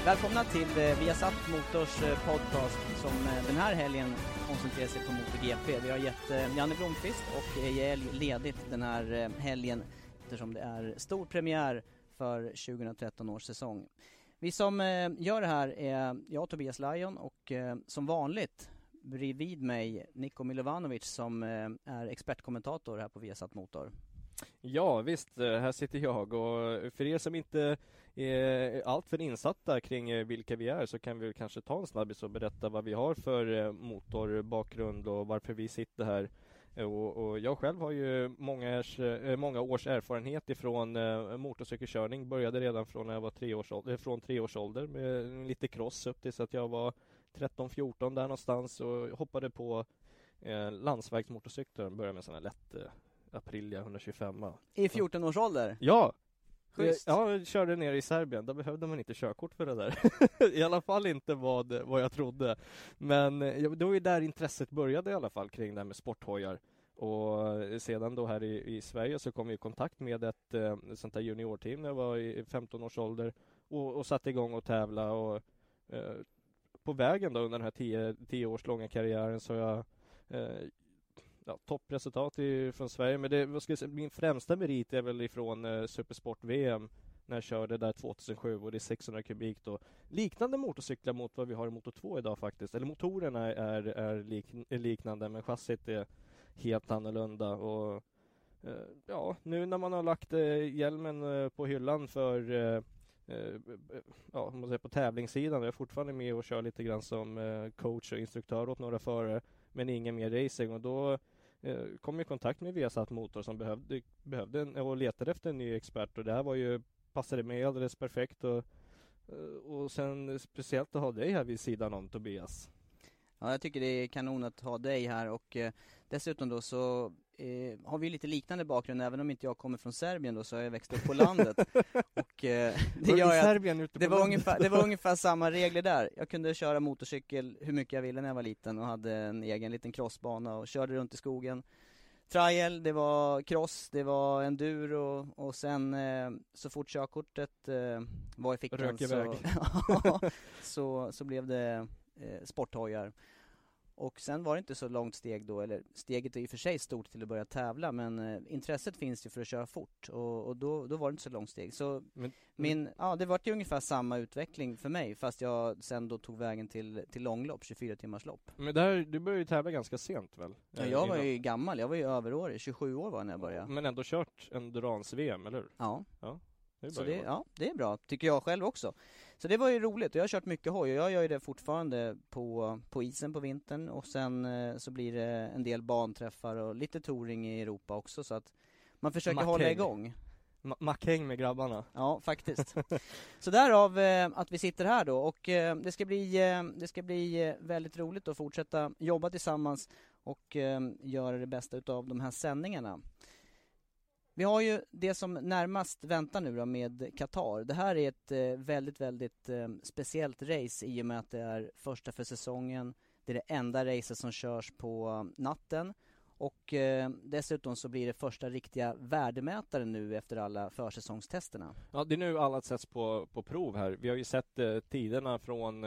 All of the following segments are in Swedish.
Välkomna till Viasat Motors podcast som den här helgen koncentrerar sig på MotoGP. Vi har gett Janne Blomqvist och EJL ledigt den här helgen eftersom det är stor premiär för 2013 års säsong. Vi som gör det här är jag, Tobias Lajon, och som vanligt bredvid mig Niko Milovanovic som är expertkommentator här på Viasat Motor. Ja visst, här sitter jag, och för er som inte är allt för insatta kring vilka vi är så kan vi kanske ta en snabbis och berätta vad vi har för motorbakgrund och varför vi sitter här. Och jag själv har ju många års erfarenhet ifrån motorcykelkörning. Började redan från när jag var 3 års ålder med lite cross upp till så att jag var 13-14 där någonstans och hoppade på landsvägsmotorcyklar. Började med sådana lätt Aprilia 125. I 14 års ålder? Ja! Schysst. Jag körde ner i Serbien, då behövde man inte körkort för det där. I alla fall inte vad jag trodde. Men det var ju där intresset började i alla fall kring det här med sporthojar. Och sedan då här i Sverige så kom vi i kontakt med ett sånt här juniorteam när jag var i 15 års ålder. Och satte igång och tävla. Och på vägen då under den här 10 års långa karriären så jag toppresultat från Sverige, men min främsta merit är väl ifrån Supersport-VM när jag körde där 2007 och det är 600 kubik då. Liknande motorcyklar mot vad vi har i Moto 2 idag faktiskt, eller motorerna är liknande men chassit är helt annorlunda och nu när man har lagt hjälmen på hyllan för man säger på tävlingssidan, jag är fortfarande med och kör lite grann som coach och instruktör åt några förare men ingen mer racing, och då kom i kontakt med Viasat Motor som behövde och letade efter en ny expert, och det här passade mig alldeles perfekt och sen speciellt att ha dig här vid sidan om, Tobias. Ja, jag tycker det är kanon att ha dig här, och dessutom då så har vi lite liknande bakgrund. Även om inte jag kommer från Serbien då så har jag växt upp på landet. Och det gör det var ungefär samma regler där. Jag kunde köra motorcykel hur mycket jag ville när jag var liten och hade en egen liten crossbana och körde runt i skogen. Trial, det var cross, det var enduro och sen så fort körkortet var i fickan så blev det sporthojar. Och sen var det inte så långt steg då, eller steget är i och för sig stort till att börja tävla, men intresset finns ju för att köra fort och då var det inte så långt steg. Så det var ju ungefär samma utveckling för mig, fast jag sen då tog vägen till långlopp, 24 timmars lopp. Men du började ju tävla ganska sent väl? Ja, jag var ju gammal, jag var ju överårig, 27 år var när jag började. Men ändå kört Endurance-VM, eller hur? Ja. Så det är bra, tycker jag själv också. Så det var ju roligt, och jag har kört mycket hoj och jag gör ju det fortfarande på isen på vintern, och sen så blir det en del banträffar och lite touring i Europa också, så att man försöker hålla igång. Mackhäng med grabbarna. Ja, faktiskt. Så därav att vi sitter här då, och det ska bli väldigt roligt att fortsätta jobba tillsammans och göra det bästa utav de här sändningarna. Vi har ju det som närmast väntar nu då med Qatar. Det här är ett väldigt, väldigt speciellt race i och med att det är första för säsongen. Det är det enda racet som körs på natten. Och dessutom så blir det första riktiga värdemätaren nu efter alla försäsongstesterna. Ja, det är nu alla sätts på prov här. Vi har ju sett tiderna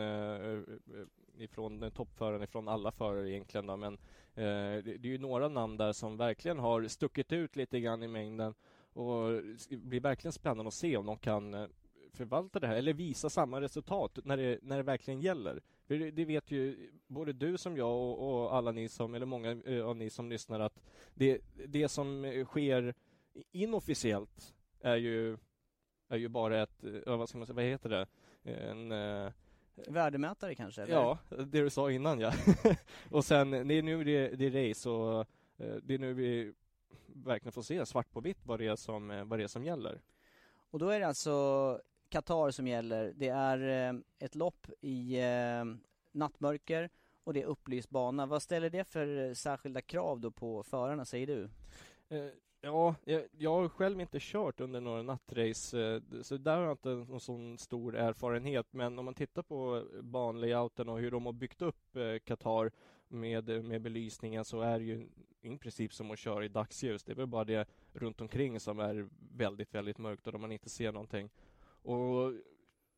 ifrån toppföraren, ifrån alla förare egentligen då, men det är ju några namn där som verkligen har stuckit ut lite grann i mängden, och det blir verkligen spännande att se om de kan förvalta det här eller visa samma resultat när det verkligen gäller. Det vet ju både du som jag och alla ni som, eller många av ni som lyssnar, att det som sker inofficiellt är ju bara ett, vad heter det? Värdemätare kanske, eller? Ja, det du sa innan, ja. Och sen, det är nu det är race, och det är nu vi verkligen får se svart på vitt vad det är som gäller. Och då är det alltså Qatar som gäller. Det är ett lopp i nattmörker och det är upplyst bana. Vad ställer det för särskilda krav då på förarna, säger du? Ja, jag har själv inte kört under några nattrace, så där har jag inte någon sån stor erfarenhet. Men om man tittar på banlayouten och hur de har byggt upp Qatar med belysningen, så är det ju i princip som att köra i dagsljus. Det är väl bara det runt omkring som är väldigt, väldigt mörkt och där man inte ser någonting. Och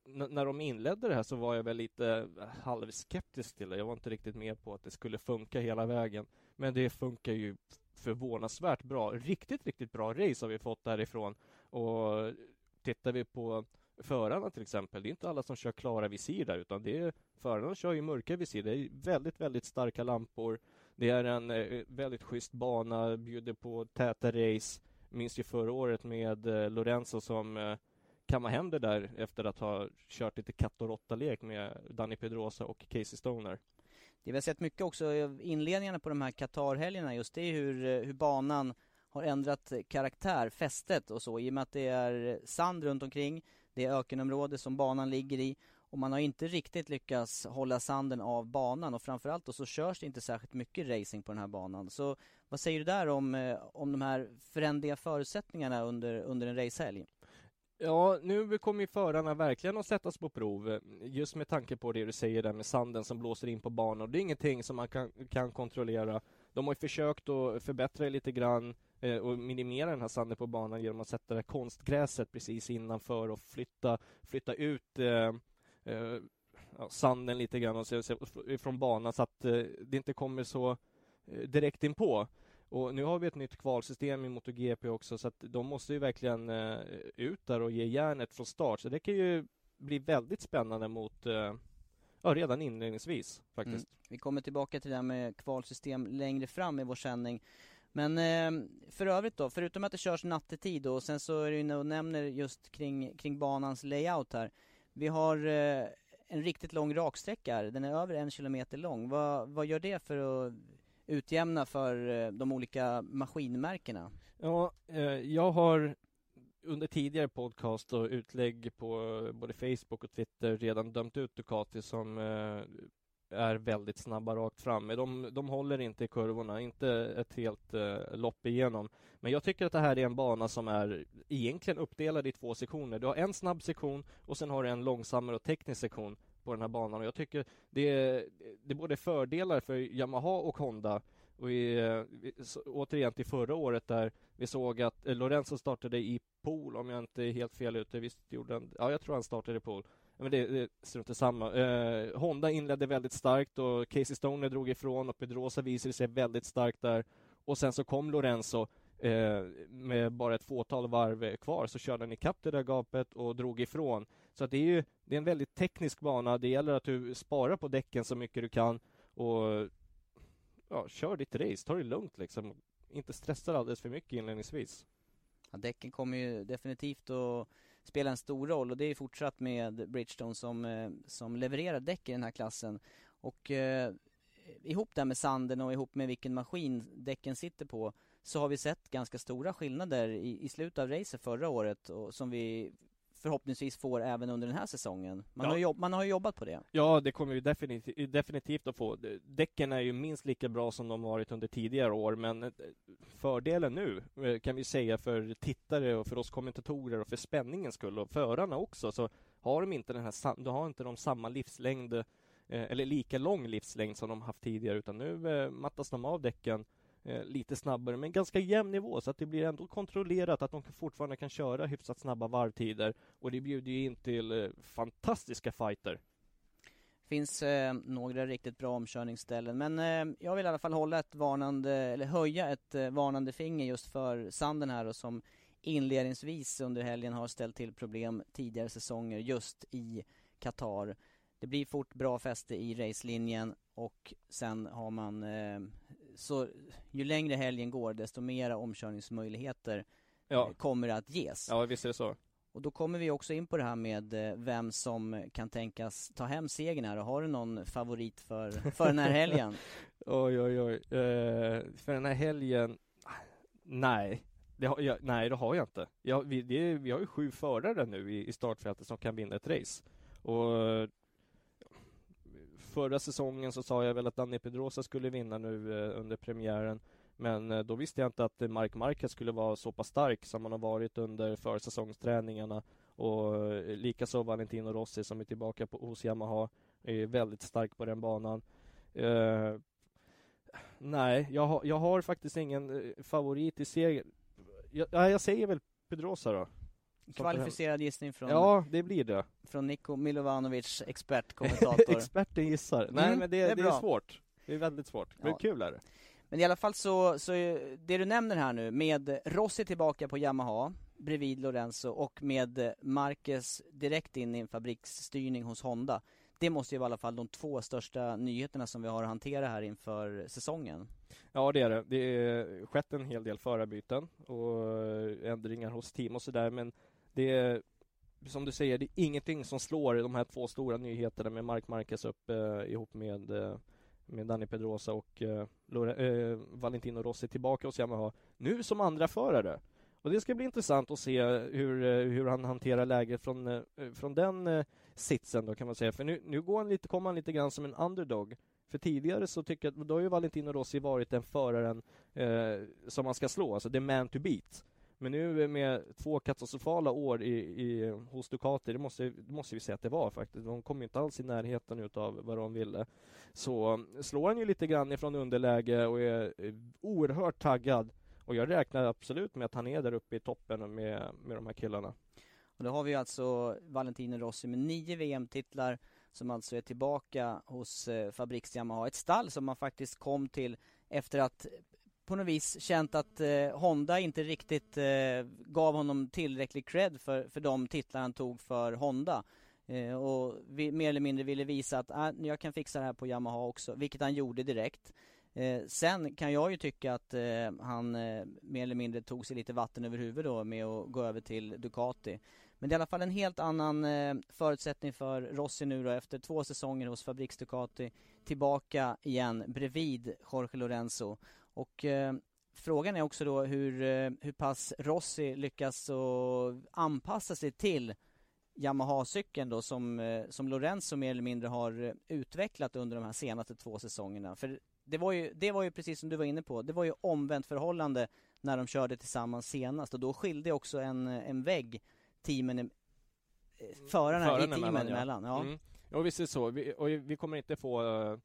när de inledde det här så var jag väl lite halvskeptisk till det. Jag var inte riktigt med på att det skulle funka hela vägen. Men det funkar ju förvånansvärt bra. Riktigt, riktigt bra race har vi fått därifrån. Och tittar vi på förarna till exempel, det är inte alla som kör klara visir där, utan det är förarna kör ju mörka visir. Det är väldigt, väldigt starka lampor. Det är en väldigt schysst bana, bjuder på täta race. Minns ju förra året med Lorenzo som kammade hem det där efter att ha kört lite katt och råtta-lek med Dani Pedrosa och Casey Stoner. Det vi har sett mycket också i inledningarna på de här Qatar-helgerna, just det är hur banan har ändrat karaktär, fästet och så, i och med att det är sand runt omkring, det är ökenområde som banan ligger i, och man har inte riktigt lyckats hålla sanden av banan, och framförallt då så körs det inte särskilt mycket racing på den här banan. Så vad säger du där om de här förändriga förutsättningarna under en racehelg? Ja, nu kommer ju förarna verkligen att sättas på prov, just med tanke på det du säger där med sanden som blåser in på banan. Det är ingenting som man kan kontrollera. De har ju försökt att förbättra det lite grann och minimera den här sanden på banan genom att sätta det konstgräset precis innanför och flytta ut sanden lite grann och från banan så att det inte kommer så direkt inpå. Och nu har vi ett nytt kvalsystem i MotoGP också, så att de måste ju verkligen ut där och ge järnet från start. Så det kan ju bli väldigt spännande mot redan inledningsvis faktiskt. Vi kommer tillbaka till det här med kvalsystem längre fram i vår sändning. Men för övrigt då, förutom att det körs nattetid och sen så är det ju och nämner just kring banans layout här. Vi har en riktigt lång raksträcka här. Den är över 1 kilometer lång. Vad gör det för att utjämna för de olika maskinmärkena? Ja, jag har under tidigare podcast och utlägg på både Facebook och Twitter redan dömt ut Ducati som är väldigt snabba rakt fram. Men de håller inte i kurvorna, inte ett helt lopp igenom. Men jag tycker att det här är en bana som är egentligen uppdelad i 2 sektioner. Du har en snabb sektion och sen har du en långsammare och teknisk sektion på den här banan. Och jag tycker det är både fördelar för Yamaha och Honda. Och återigen till förra året där vi såg att Lorenzo startade i pool, om jag inte är helt fel ute. Visst gjorde han, ja, jag tror han startade i pool. Men det ser inte samma. Honda inledde väldigt starkt och Casey Stoner drog ifrån och Pedrosa visade sig väldigt starkt där. Och sen så kom Lorenzo med bara ett fåtal varv kvar, så körde han ikapp det där gapet och drog ifrån. Så att det är en väldigt teknisk bana. Det gäller att du sparar på däcken så mycket du kan och kör ditt race. Ta det lugnt liksom. Inte stressa alldeles för mycket inledningsvis. Ja, däcken kommer ju definitivt att spela en stor roll, och det är fortsatt med Bridgestone som levererar däck i den här klassen. Och ihop där med sanden och ihop med vilken maskin däcken sitter på, så har vi sett ganska stora skillnader i slutet av racet förra året, och som vi förhoppningsvis får även under den här säsongen. Man har ju jobbat på det. Ja, det kommer vi definitivt att få. Däcken är ju minst lika bra som de varit under tidigare år, men fördelen nu kan vi säga för tittare och för oss kommentatorer och för spänningens skull och förarna också, så har de inte samma livslängd eller lika lång livslängd som de haft tidigare, utan nu mattas de av däcken lite snabbare, men ganska jämn nivå, så att det blir ändå kontrollerat att de fortfarande kan köra hyfsat snabba varvtider, och det bjuder ju in till fantastiska fighter. Finns några riktigt bra omkörningsställen, men jag vill i alla fall höja ett varnande finger just för sanden här, och som inledningsvis under helgen har ställt till problem tidigare säsonger just i Qatar. Det blir fort bra fäste i racelinjen, och sen har man så ju längre helgen går, desto mera omkörningsmöjligheter kommer att ges. Ja, visst är det så. Och då kommer vi också in på det här med vem som kan tänkas ta hem segern här. Och har du någon favorit för den här helgen? Oj. För den här helgen? Nej. Det har jag inte. Vi har ju 7 förare nu i startfältet som kan vinna ett race. Och förra säsongen så sa jag väl att Dani Pedrosa skulle vinna nu under premiären. Men då visste jag inte att Marc Marquez skulle vara så pass stark som han har varit under försäsongsträningarna. Och likaså Valentino Rossi som är tillbaka hos Yamaha är väldigt stark på den banan. Nej, jag har faktiskt ingen favorit i seger. Jag säger väl Pedrosa då. Kvalificerad gissning från, ja, det blir det. Från Niko Milovanovic, expertkommentator. Experten gissar. Nej, men det är svårt. Det är väldigt svårt. Men kul är det. Men i alla fall så det du nämner här nu, med Rossi tillbaka på Yamaha bredvid Lorenzo och med Marquez direkt in i en fabriksstyrning hos Honda. Det måste ju vara i alla fall de 2 största nyheterna som vi har att hantera här inför säsongen. Ja, det är det. Det är skett en hel del förarbyten och ändringar hos team och sådär, men det är, som du säger, det är ingenting som slår de här 2 stora nyheterna med Marc Marquez upp ihop med Dani Pedrosa och Valentino Rossi tillbaka hos Yamaha nu som andra förare. Och det ska bli intressant att se hur han hanterar läget från den sitsen då, kan man säga. För nu kommer han lite grann som en underdog. För tidigare så tycker jag att då har ju Valentino Rossi varit den föraren som man ska slå, alltså det är man to beat. Men nu med 2 katastrofala år hos Ducati, det måste vi säga att det var faktiskt. De kom inte alls i närheten utav vad de ville. Så slår han ju lite grann ifrån underläge och är oerhört taggad. Och jag räknar absolut med att han är där uppe i toppen med de här killarna. Och då har vi alltså Valentino Rossi med 9 VM-titlar som alltså är tillbaka hos Fabriks Yamaha. Ett stall som man faktiskt kom till efter att på något vis känt att Honda inte riktigt gav honom tillräcklig cred för de titlar han tog för Honda. Och mer eller mindre ville visa att jag kan fixa det här på Yamaha också, vilket han gjorde direkt. Sen kan jag ju tycka att han mer eller mindre tog sig lite vatten över huvudet då med att gå över till Ducati. Men det är i alla fall en helt annan förutsättning för Rossi nu då, efter 2 säsonger hos Fabriks Ducati, tillbaka igen bredvid Jorge Lorenzo. Och frågan är också då hur pass Rossi lyckas anpassa sig till Yamaha-cykeln då som Lorenzo mer eller mindre har utvecklat under de här senaste 2 säsongerna. För det var ju precis som du var inne på, det var ju omvänt förhållande när de körde tillsammans senast, och då skilde också en vägg förarna i teamen emellan. Ja. Och visst är det så. Vi kommer inte få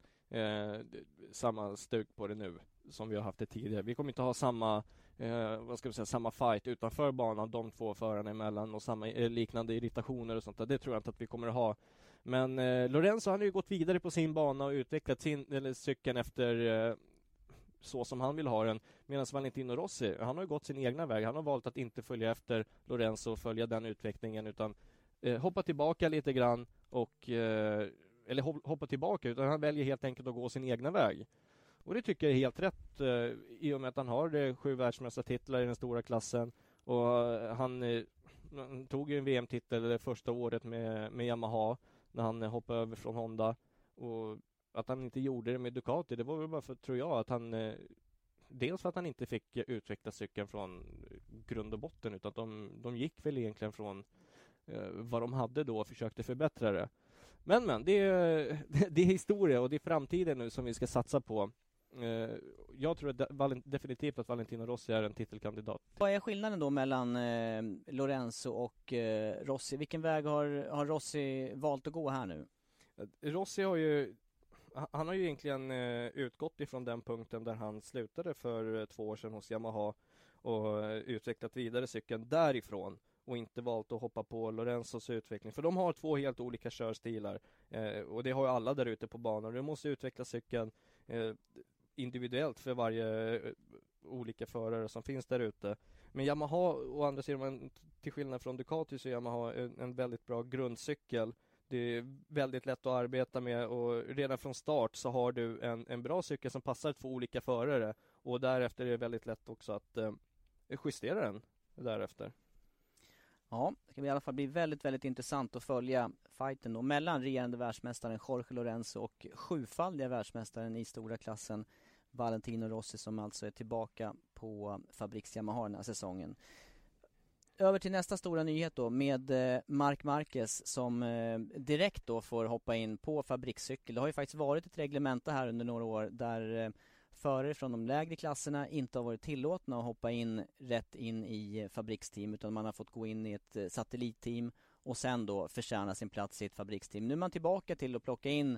samma stuk på det nu som vi har haft det tidigare. Vi kommer inte ha samma samma fight utanför banan, de 2 förarna emellan, och samma liknande irritationer och sånt där. Det tror jag inte att vi kommer att ha. Men Lorenzo, han har ju gått vidare på sin bana och utvecklat cykeln efter så som han vill ha den. Medan Valentino Rossi, han har ju gått sin egna väg. Han har valt att inte följa efter Lorenzo och följa den utvecklingen, utan hoppa tillbaka lite grann eller hoppa tillbaka, utan han väljer helt enkelt att gå sin egna väg. Och det tycker jag är helt rätt i och med att han har 7 världsmästartitlar i den stora klassen, och han tog ju en VM-titel det första året med Yamaha när han hoppade över från Honda, och att han inte gjorde det med Ducati, det var väl bara för, tror jag, att han dels för att han inte fick utveckla cykeln från grund och botten, utan att de gick väl egentligen från vad de hade då och försökte förbättra det. Men det är historia, och det är framtiden nu som vi ska satsa på. Jag tror definitivt att Valentino Rossi är en titelkandidat. Vad är skillnaden då mellan Lorenzo och Rossi? Vilken väg har Rossi valt att gå här nu? Rossi han har ju egentligen utgått ifrån den punkten där han slutade för 2 år sedan hos Yamaha och utvecklat vidare cykeln därifrån, och inte valt att hoppa på Lorenzos utveckling. För de har 2 helt olika körstilar, och det har ju alla där ute på banan. Du måste utveckla cykeln individuellt för varje olika förare som finns där ute. Men Yamaha, å andra sidan, till skillnad från Ducati, så är Yamaha en väldigt bra grundcykel. Det är väldigt lätt att arbeta med, och redan från start så har du en bra cykel som passar 2 olika förare, och därefter är det väldigt lätt också att justera den därefter. Ja, det ska i alla fall bli väldigt, väldigt intressant att följa fighten då mellan regerande världsmästaren Jorge Lorenzo och 7-faldiga världsmästaren i stora klassen Valentino Rossi, som alltså är tillbaka på Fabriks Yamaha den här säsongen. Över till nästa stora nyhet då med Marc Marquez som direkt då får hoppa in på fabrikscykel. Det har ju faktiskt varit ett reglemente här under några år där förare från de lägre klasserna inte har varit tillåtna att hoppa in rätt in i fabriksteam, utan man har fått gå in i ett satellitteam och sen då förtjäna sin plats i ett fabriksteam. Nu är man tillbaka till att plocka in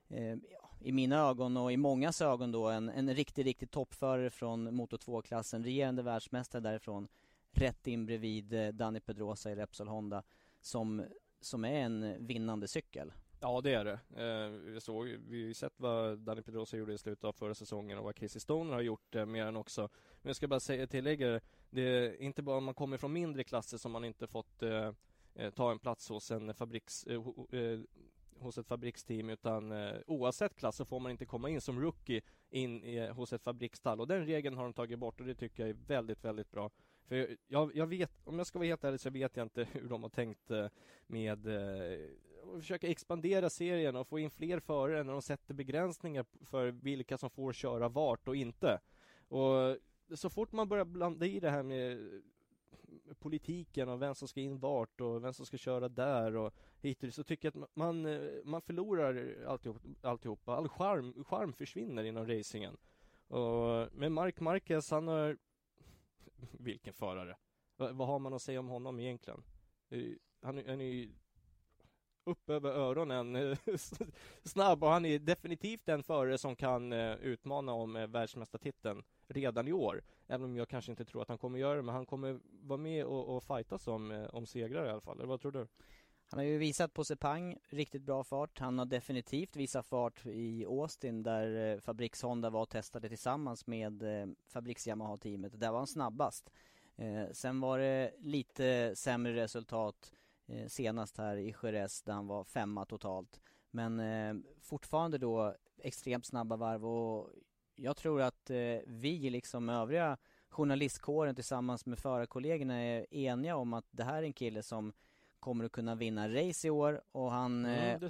i mina ögon och i mångas ögon då en riktig toppförare från Moto2-klassen, regerande världsmästare därifrån, rätt in bredvid Dani Pedrosa i Repsol Honda som är en vinnande cykel. Ja, det är det. Vi har ju sett vad Dani Pedrosa gjorde i slutet av förra säsongen och vad Chrissy Stoner har gjort mer än också. Men jag ska bara tillägga, det är inte bara om man kommer från mindre klasser som man inte fått ta en plats hos hos ett fabriksteam, utan oavsett klass så får man inte komma in som rookie hos ett fabriksstall, och den regeln har de tagit bort och det tycker jag är väldigt, väldigt bra. För jag vet, om jag ska vara helt ärlig så vet jag inte hur de har tänkt med att försöka expandera serien och få in fler förare när de sätter begränsningar för vilka som får köra vart och inte. Och så fort man börjar blanda i det här med politiken och vem som ska in vart och vem som ska köra där och hit, så tycker jag att man förlorar alltihopa. All charm försvinner inom racingen. Men Marc Marquez, han har vilken förare. Vad har man att säga om honom egentligen? Han är ju upp över öronen snabb, och han är definitivt en förare som kan utmana om världsmästartiteln redan i år. Även om jag kanske inte tror att han kommer göra det, men han kommer vara med och fightas om segrar i alla fall. Eller vad tror du? Han har ju visat på Sepang riktigt bra fart. Han har definitivt visat fart i Austin där Fabriks Honda var och testade tillsammans med Fabriks Yamaha-teamet. Där var han snabbast. Sen var det lite sämre resultat senast här i Jerez där han var 5:a totalt. Men fortfarande då extremt snabba varv, och jag tror att vi liksom övriga journalistkåren tillsammans med förarkollegorna är eniga om att det här är en kille som kommer att kunna vinna race i år, och han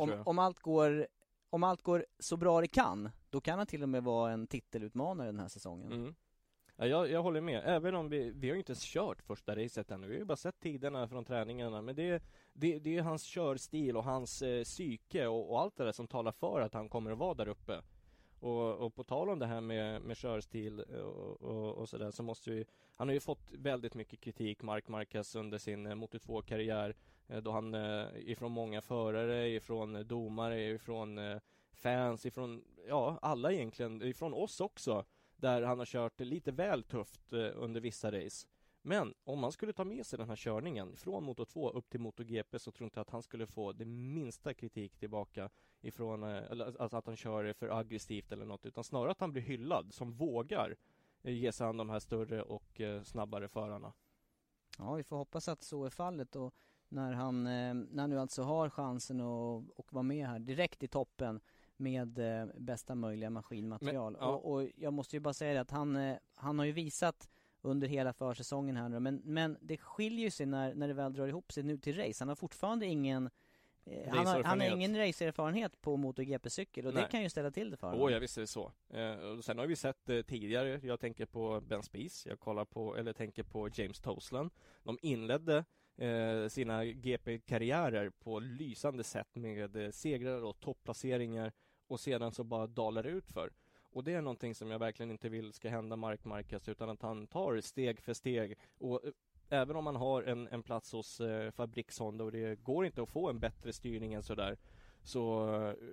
om allt går så bra det kan, då kan han till och med vara en titelutmanare den här säsongen. Mm. Ja, jag håller med. Även om vi har ju inte kört första racet ännu. Vi har ju bara sett tiderna från träningarna. Men det är hans körstil och hans psyke och allt det där som talar för att han kommer att vara där uppe. Och på tal om det här med körstil och sådär, så måste vi... Han har ju fått väldigt mycket kritik, Marc Marquez, under sin Moto2-karriär. Då han ifrån många förare, ifrån domare, ifrån fans, ifrån alla egentligen, ifrån oss också. Där han har kört lite väl tufft under vissa race. Men om man skulle ta med sig den här körningen från Moto2 upp till MotoGP, så tror jag inte att han skulle få det minsta kritik tillbaka ifrån alltså att han kör för aggressivt eller något, utan snarare att han blir hyllad som vågar ge sig an de här större och snabbare förarna. Ja, vi får hoppas att så är fallet, och när han nu alltså har chansen att vara med här direkt i toppen med bästa möjliga maskinmaterial. Men, ja. och jag måste ju bara säga det att han har ju visat under hela försäsongen här nu, men det skiljer sig när det väl drar ihop sig nu till race. Han har fortfarande ingen han har ingen racererfarenhet på MotoGP-cykel, och det kan ju ställa till det för honom. Jag visste det så. Sen har vi sett tidigare, jag tänker på Ben Spies, jag tänker på James Toseland. De inledde sina GP-karriärer på lysande sätt med segrar och topplaceringar, och sedan så bara dalar ut för. Och det är någonting som jag verkligen inte vill ska hända Marc Marquez, utan att han tar steg för steg. Och även om man har en plats hos Fabriks Honda och det går inte att få en bättre styrning än sådär, så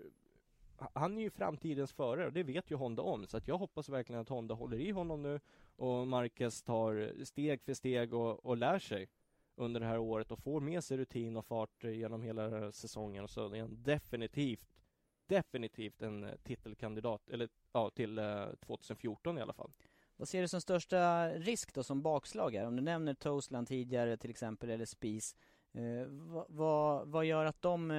han är ju framtidens förare, och det vet ju Honda om. Så att jag hoppas verkligen att Honda håller i honom nu och Marquez tar steg för steg och lär sig under det här året och får med sig rutin och fart genom hela säsongen. Så det är definitivt en titelkandidat, eller till 2014 i alla fall. Vad ser du som största risk då som bakslag här? Om du nämner Toseland tidigare till exempel, eller Spies, vad gör att de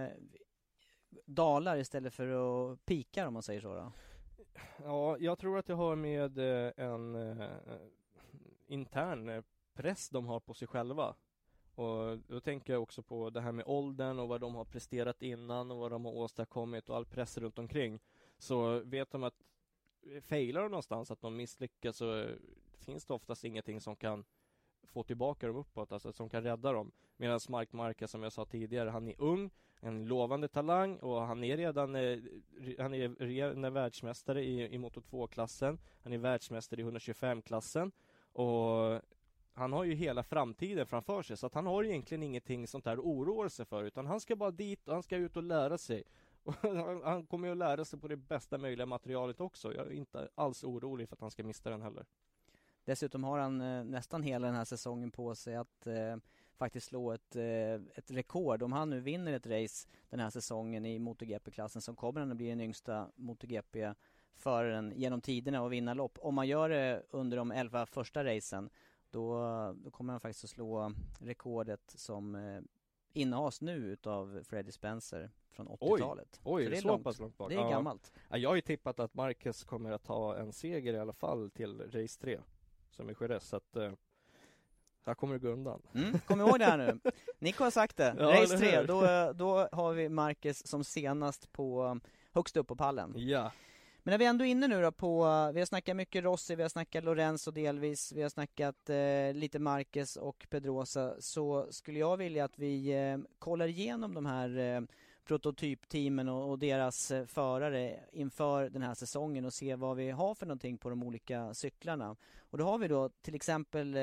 dalar istället för att pika, om man säger så då? Ja, jag tror att det har med en intern press de har på sig själva. Och då tänker jag också på det här med åldern och vad de har presterat innan och vad de har åstadkommit och all press runt omkring. Så vet de att failar de någonstans, att de misslyckas, så finns det oftast ingenting som kan få tillbaka dem uppåt, alltså som kan rädda dem. Medan Marc Marquez, som jag sa tidigare, han är ung, en lovande talang, och han är redan världsmästare i Moto2-klassen. Han är världsmästare i 125-klassen, och han har ju hela framtiden framför sig, så att han har egentligen ingenting sånt där oroar sig för, utan han ska bara dit och han ska ut och lära sig. Och han kommer ju att lära sig på det bästa möjliga materialet också. Jag är inte alls orolig för att han ska missa den heller. Dessutom har han nästan hela den här säsongen på sig att faktiskt slå ett rekord. Om han nu vinner ett race den här säsongen i MotoGP-klassen, så kommer han att bli den yngsta MotoGP-föraren genom tiderna och vinna lopp. Om man gör det under de 11 första racen, då kommer han faktiskt att slå rekordet som innehas nu utav Freddie Spencer från 80-talet. Oj, det är så pass långt bak. Det är gammalt. Ja, jag har ju tippat att Marquez kommer att ta en seger i alla fall till race 3 som är Jerez, så att här kommer det gå undan. Kom ihåg det här nu. Nico har sagt det. Ja, race 3, då har vi Marquez som senast högst upp på pallen. Ja. Men när vi ändå är inne nu då vi har snackat mycket Rossi, vi har snackat Lorenzo delvis, vi har snackat lite Marquez och Pedrosa, så skulle jag vilja att vi kollar igenom de här prototypteamen och deras förare inför den här säsongen och se vad vi har för någonting på de olika cyklarna. Och då har vi då till exempel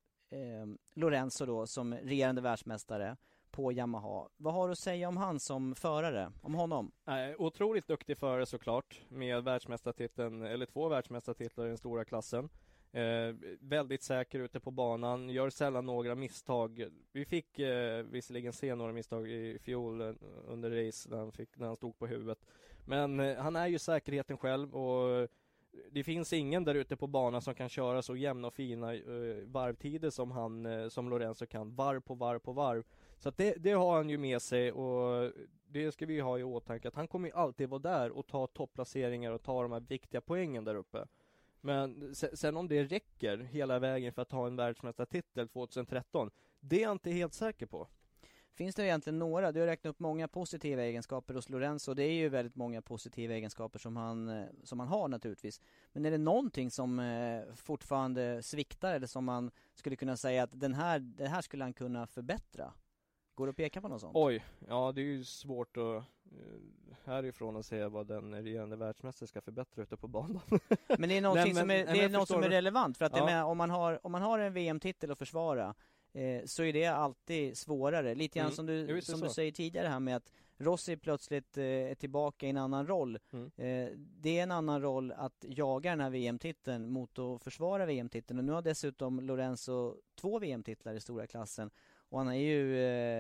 Lorenzo då som regerande världsmästare på Yamaha. Vad har du att säga om han som förare? Om honom? Otroligt duktig förare såklart, med världsmästartiteln, eller 2 världsmästartitlar i den stora klassen. Väldigt säker ute på banan, gör sällan några misstag. Vi fick visserligen se några misstag i fjol under race när han stod på huvudet. Men han är ju säkerheten själv, och det finns ingen där ute på banan som kan köra så jämna och fina varvtider som Lorenzo kan, varv på varv. Så att det har han ju med sig, och det ska vi ha i åtanke, att han kommer ju alltid vara där och ta topplaceringar och ta de här viktiga poängen där uppe. Men sen om det räcker hela vägen för att ta en världsmästartitel 2013, det är jag inte helt säker på. Finns det egentligen några? Du har räknat upp många positiva egenskaper hos Lorenzo. Det är ju väldigt många positiva egenskaper som han har naturligtvis. Men är det någonting som fortfarande sviktar, eller som man skulle kunna säga att det här skulle han kunna förbättra? Går det att peka på något sånt? Oj, ja, det är ju svårt att härifrån att säga vad den regerande världsmästare ska förbättra ute på banan. Men det är någonting som är relevant, för att om man har en VM-titel att försvara, så är det alltid svårare. Lite grann som du säger tidigare här med att Rossi plötsligt är tillbaka i en annan roll. Det är en annan roll att jaga den här VM-titeln mot att försvara VM-titeln. Och nu har dessutom Lorenzo 2 VM-titlar i stora klassen. Och han är ju,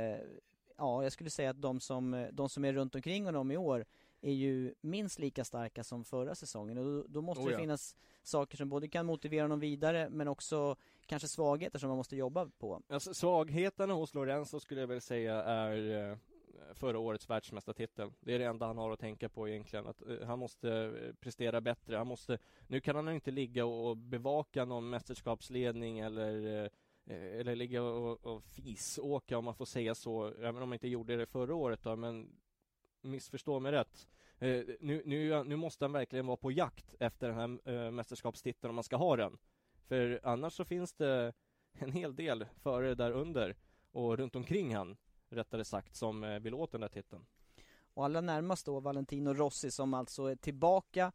jag skulle säga att de som är runt omkring honom i år är ju minst lika starka som förra säsongen. Och då måste det finnas saker som både kan motivera honom vidare, men också kanske svagheter som man måste jobba på. Alltså, svagheterna hos Lorenzo skulle jag väl säga är förra årets världsmästartitel. Det är det enda han har att tänka på egentligen. Att han måste prestera bättre. Nu kan han inte ligga och bevaka någon mästerskapsledning eller ligga och fisåka, om man får säga så, även om man inte gjorde det förra året då, men missförstå mig rätt. Nu måste han verkligen vara på jakt efter den här mästerskapstiteln om man ska ha den. För annars så finns det en hel del före där under och runt omkring han, rättare sagt, som vill åt den där titeln. Och allra närmast då Valentino Rossi, som alltså är tillbaka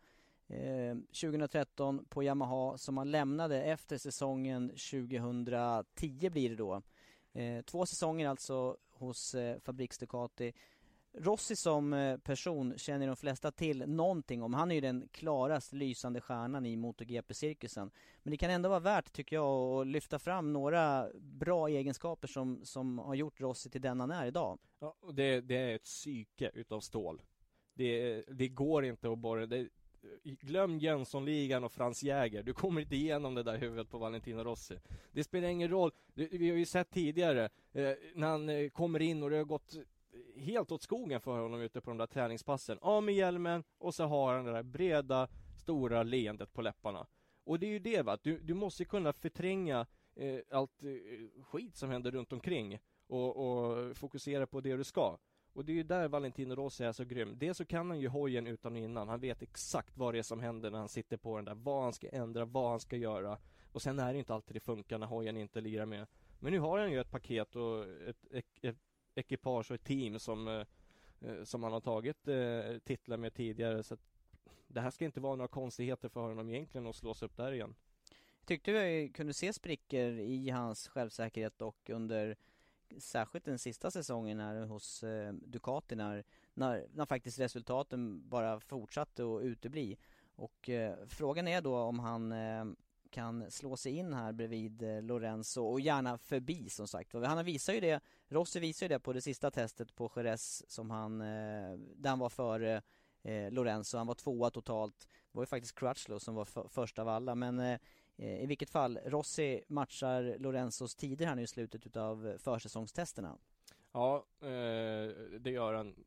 2013 på Yamaha, som han lämnade efter säsongen 2010 blir det då. 2 säsonger alltså hos Fabriks Ducati. Rossi som person känner de flesta till någonting om. Han är ju den klarast lysande stjärnan i MotoGP-cirkusen. Men det kan ändå vara värt, tycker jag, att lyfta fram några bra egenskaper som har gjort Rossi till den han är idag. Ja, det är ett psyke utav stål. Det går inte att borra. Glöm Jönssonligan och Frans Jäger. Du kommer inte igenom det där huvudet på Valentino Rossi. Det spelar ingen roll. Vi har ju sett tidigare när han kommer in och det har gått helt åt skogen för honom ute på de där träningspassen. Av med hjälmen, och så har han det där breda, stora leendet på läpparna. Och det är ju det, va? Du måste kunna förtränga allt skit som händer runt omkring och fokusera på det du ska. Och det är ju där Valentino Rossi är så grym. Dels så kan han ju hojen utan och innan. Han vet exakt vad det är som händer när han sitter på den där. Vad han ska ändra, vad han ska göra. Och sen är det inte alltid det funkar när hojen inte lirar med. Men nu har han ju ett paket och ett ekipage och ett team som han har tagit titlar med tidigare. Så att det här ska inte vara några konstigheter för honom egentligen att slås upp där igen. Tyckte vi kunde se sprickor i hans självsäkerhet, och under särskilt den sista säsongen här hos Ducati när faktiskt resultaten bara fortsatte att utebli. Och frågan är då om han kan slå sig in här bredvid Lorenzo och gärna förbi som sagt. Rossi visar ju det på det sista testet på Jerez som där han var före Lorenzo. Han var 2:a totalt. Det var ju faktiskt Crutchlow som var först av alla, men i vilket fall, Rossi matchar Lorenzos tider här nu i slutet av försäsongstesterna. Ja, det gör han.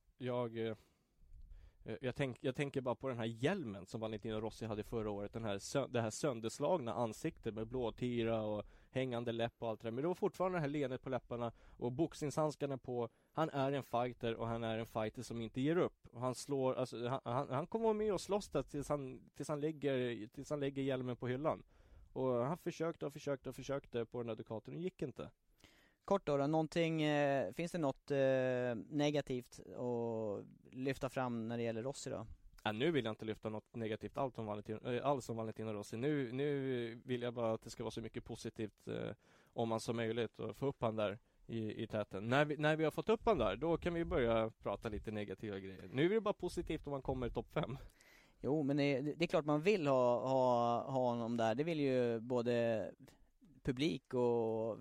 Jag tänker bara på den här hjälmen som Valentino Rossi hade förra året. Det här sönderslagna ansiktet med blåtira och hängande läpp och allt det där. Men det var fortfarande det här leendet på läpparna och boxningshandskarna på. Han är en fighter och han är en fighter som inte ger upp. Och han slår, alltså, han kommer med och slåss där tills han lägger hjälmen på hyllan. Och han försökte på den här Ducatin och gick inte. Kort då, finns det något negativt att lyfta fram när det gäller Rossi då? Ja, nu vill jag inte lyfta något negativt alls om Valentino Rossi. Nu vill jag bara att det ska vara så mycket positivt om man så möjligt och få upp han där i täten. När vi har fått upp han där, då kan vi börja prata lite negativa grejer. Nu är det bara positivt om man kommer i topp 5. Jo, men det är klart man vill ha honom där. Det vill ju både publik och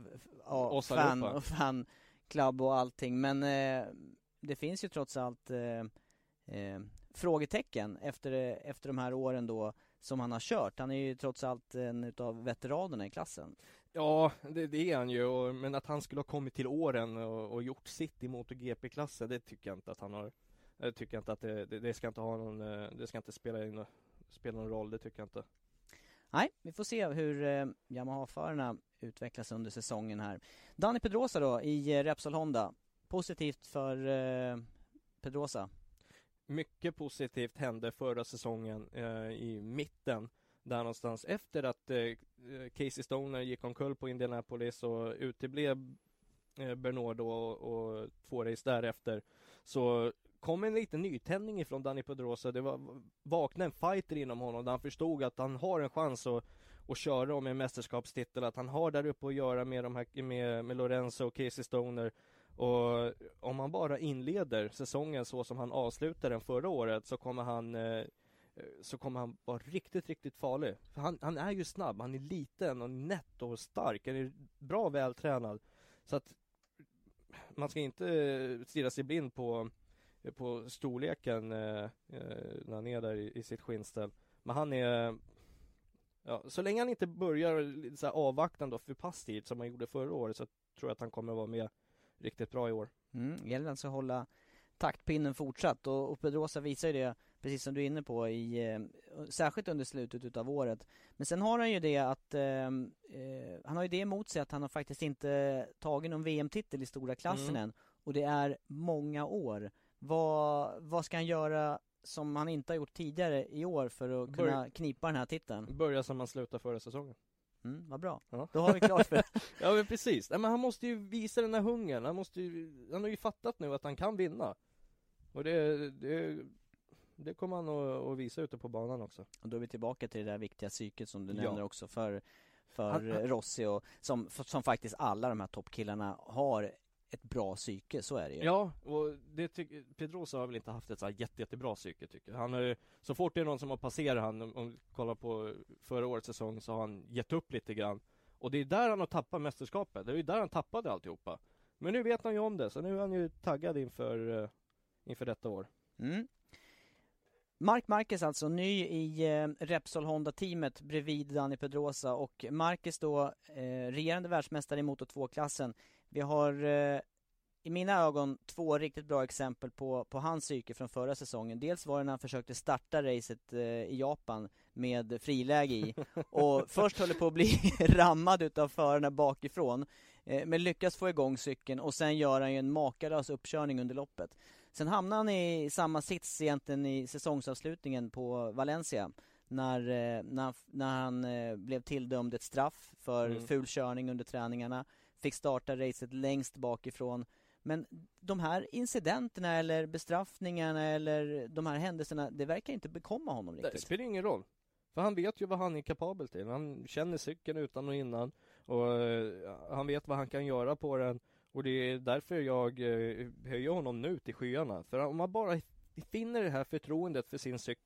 fanklubb och allting. Men det finns ju trots allt frågetecken efter de här åren då som han har kört. Han är ju trots allt en utav veteranerna i klassen. Ja, det är han ju. Men att han skulle ha kommit till åren och gjort sitt i MotoGP-klassen, det tycker jag inte att han har. Jag tycker inte att det ska inte ha någon, det ska inte spela någon roll, det tycker jag inte. Nej, vi får se hur Yamaha-förarna utvecklas under säsongen här. Dani Pedrosa då i Repsol Honda. Positivt för Pedrosa. Mycket positivt hände förra säsongen i mitten. Där någonstans efter att Casey Stoner gick omkull på Indianapolis och uteblev Bernard och 2 race därefter. Så kom en liten nytändning ifrån Dani Pedrosa. Det vaknade en fighter inom honom där han förstod att han har en chans att köra om en mästerskapstitel, att han har där uppe att göra med Lorenzo och Casey Stoner. Och om han bara inleder säsongen så som han avslutade den förra året, så kommer han vara riktigt, riktigt farlig. För han är ju snabb, han är liten och nätt och stark, han är bra vältränad. Så att man ska inte stirra sig blind på storleken när han är där i sitt skinnställ. Men han är, så länge han inte börjar så här avvaktande och för passivt som han gjorde förra året, så tror jag att han kommer att vara med riktigt bra i år. Gäller alltså att hålla taktpinnen fortsatt, och Pedrosa visar ju det, precis som du är inne på, särskilt under slutet av året. Men sen har han ju det att han har ju det emot sig att han har faktiskt inte tagit någon VM-titel i stora klassen än, och det är många år. Vad ska han göra som han inte har gjort tidigare i år för att kunna knipa den här titeln? Börja som han slutade förra säsongen. Vad bra. Ja. Då har vi klart för det. Ja, men precis. Men han måste ju visa den här hungern. Han har ju fattat nu att han kan vinna. Och det kommer han att visa ute på banan också. Och då är vi tillbaka till det där viktiga psyket som du nämner också för Rossi, och som faktiskt alla de här toppkillarna har ett bra psyke, så är det ju. Ja, och Pedrosa har väl inte haft ett så här jättebra psyke, tycker jag. Han är, så fort det är någon som har passerat han, om vi kollar på förra årets säsong, så har han gett upp lite grann. Och det är där han har tappat mästerskapet. Det är ju där han tappade alltihopa. Men nu vet han ju om det, så nu är han ju taggad inför detta år. Marc Marquez alltså, ny i Repsol Honda-teamet bredvid Dani Pedrosa, och Marquez då regerande världsmästare i Moto 2-klassen. Vi har i mina ögon 2 riktigt bra exempel på hans psyke från förra säsongen. Dels var det när han försökte starta racet i Japan med friläge i, och först höll det på att bli rammad utav förarna bakifrån, men lyckas få igång cykeln, och sen gör han ju en makalös uppkörning under loppet. Sen hamnade han i samma sits egentligen i säsongsavslutningen på Valencia, när han blev tilldömd ett straff för ful körning under träningarna, fick starta racet längst bakifrån. Men de här incidenterna eller bestraffningarna eller de här händelserna, det verkar inte bekomma honom riktigt. Det spelar ingen roll. För han vet ju vad han är kapabel till. Han känner cykeln utan och innan, och han vet vad han kan göra på den. Och det är därför jag höjer honom nu till skyarna. För om man bara finner det här förtroendet för sin cykel,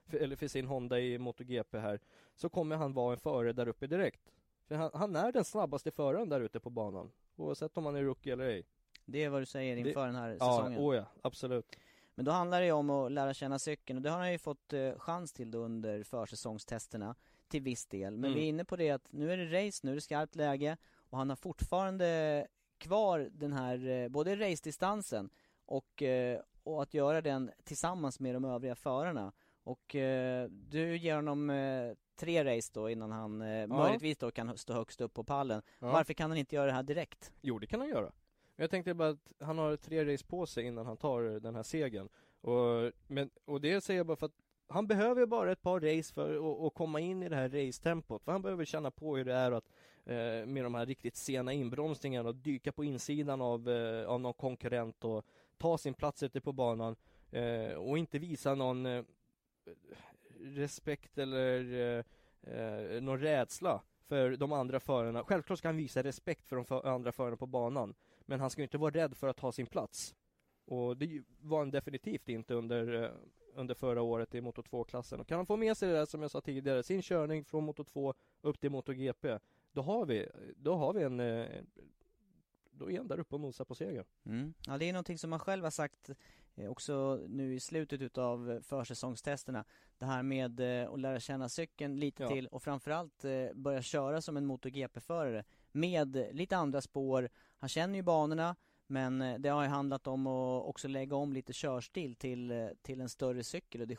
för sin Honda i MotoGP här, så kommer han vara en förare där uppe direkt. För han är den snabbaste föraren där ute på banan, oavsett om han är rookie eller ej. Det är vad du säger inför den här säsongen. Ja, absolut. Men då handlar det ju om att lära känna cykeln, och det har han ju fått chans till då under försäsongstesterna till viss del. Men vi är inne på det att nu är det race, nu är det skarpt läge, och han har fortfarande kvar den här både race-distansen och att göra den tillsammans med de övriga förarna. Och du ger honom 3 race då innan han möjligtvis då kan stå högst upp på pallen. Ja. Varför kan han inte göra det här direkt? Jo, det kan han göra. Jag tänkte bara att han har 3 race på sig innan han tar den här segern. Och det säger jag bara för att han behöver bara ett par race för att komma in i det här race-tempot. För han behöver känna på hur det är att med de här riktigt sena inbromsningarna och dyka på insidan av någon konkurrent och ta sin plats ute på banan och inte visa någon respekt eller någon rädsla för de andra förarna. Självklart ska han visa respekt för de andra förarna på banan, men han ska inte vara rädd för att ta sin plats. Och det var han definitivt inte under förra året i Moto 2-klassen. Och kan han få med sig det där, som jag sa tidigare, sin körning från Moto 2 upp till MotoGP, då är han där uppe och nosar på segern. Ja, det är någonting som man själv har sagt också nu i slutet utav försäsongstesterna. Det här med att lära känna cykeln lite till, och framförallt börja köra som en MotoGP-förare med lite andra spår. Han känner ju banorna, men det har ju handlat om att också lägga om lite körstil till en större cykel, och det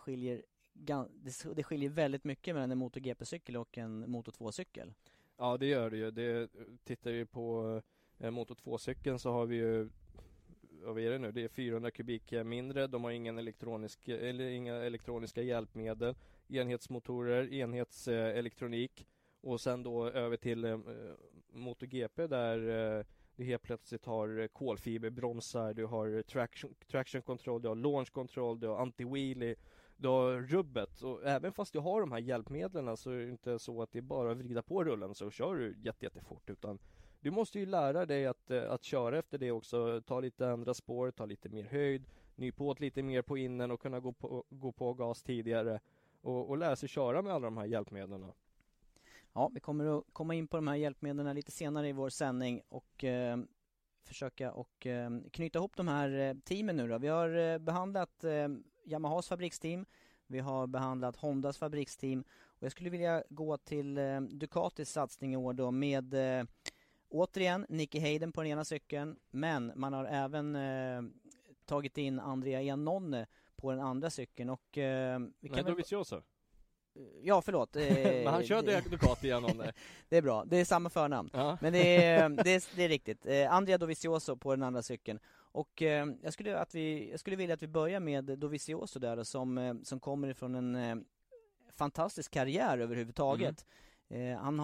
skiljer väldigt mycket mellan en MotoGP-cykel och en Moto 2-cykel. Ja, det gör det ju. Tittar vi på Moto 2-cykeln så har vi ju, vad är det nu? Det är 400 kubik mindre. De har inga elektroniska hjälpmedel, enhetsmotorer, enhetselektronik, och sen då över till MotoGP där du helt plötsligt har kolfiberbromsar, du har traction control, du har launch control, du har anti-wheelie, du har rubbet. Och även fast du har de här hjälpmedlen så är det inte så att det är bara att vrida på rullen så kör du jättefort, utan du måste ju lära dig att köra efter det också. Ta lite andra spår, ta lite mer höjd, nypåt lite mer på innen och kunna gå på gas tidigare och lära sig köra med alla de här hjälpmedlen. Ja, vi kommer att komma in på de här hjälpmedlen lite senare i vår sändning och försöka och knyta ihop de här teamen nu då. Vi har behandlat Yamahas fabriksteam, vi har behandlat Hondas fabriksteam, och jag skulle vilja gå till Ducatis satsning i år då med återigen Nicky Hayden på den ena cykeln, men man har även tagit in Andrea Iannone på den andra cykeln. Och vi kan Dovizioso. Ja, förlåt. Men han körde Ducati Iannone. Det är bra, det är samma förnamn. Ja. Men det är riktigt. Andrea Dovizioso på den andra cykeln. Och jag skulle vilja att vi börjar med Dovizioso där, som kommer ifrån en fantastisk karriär överhuvudtaget. Han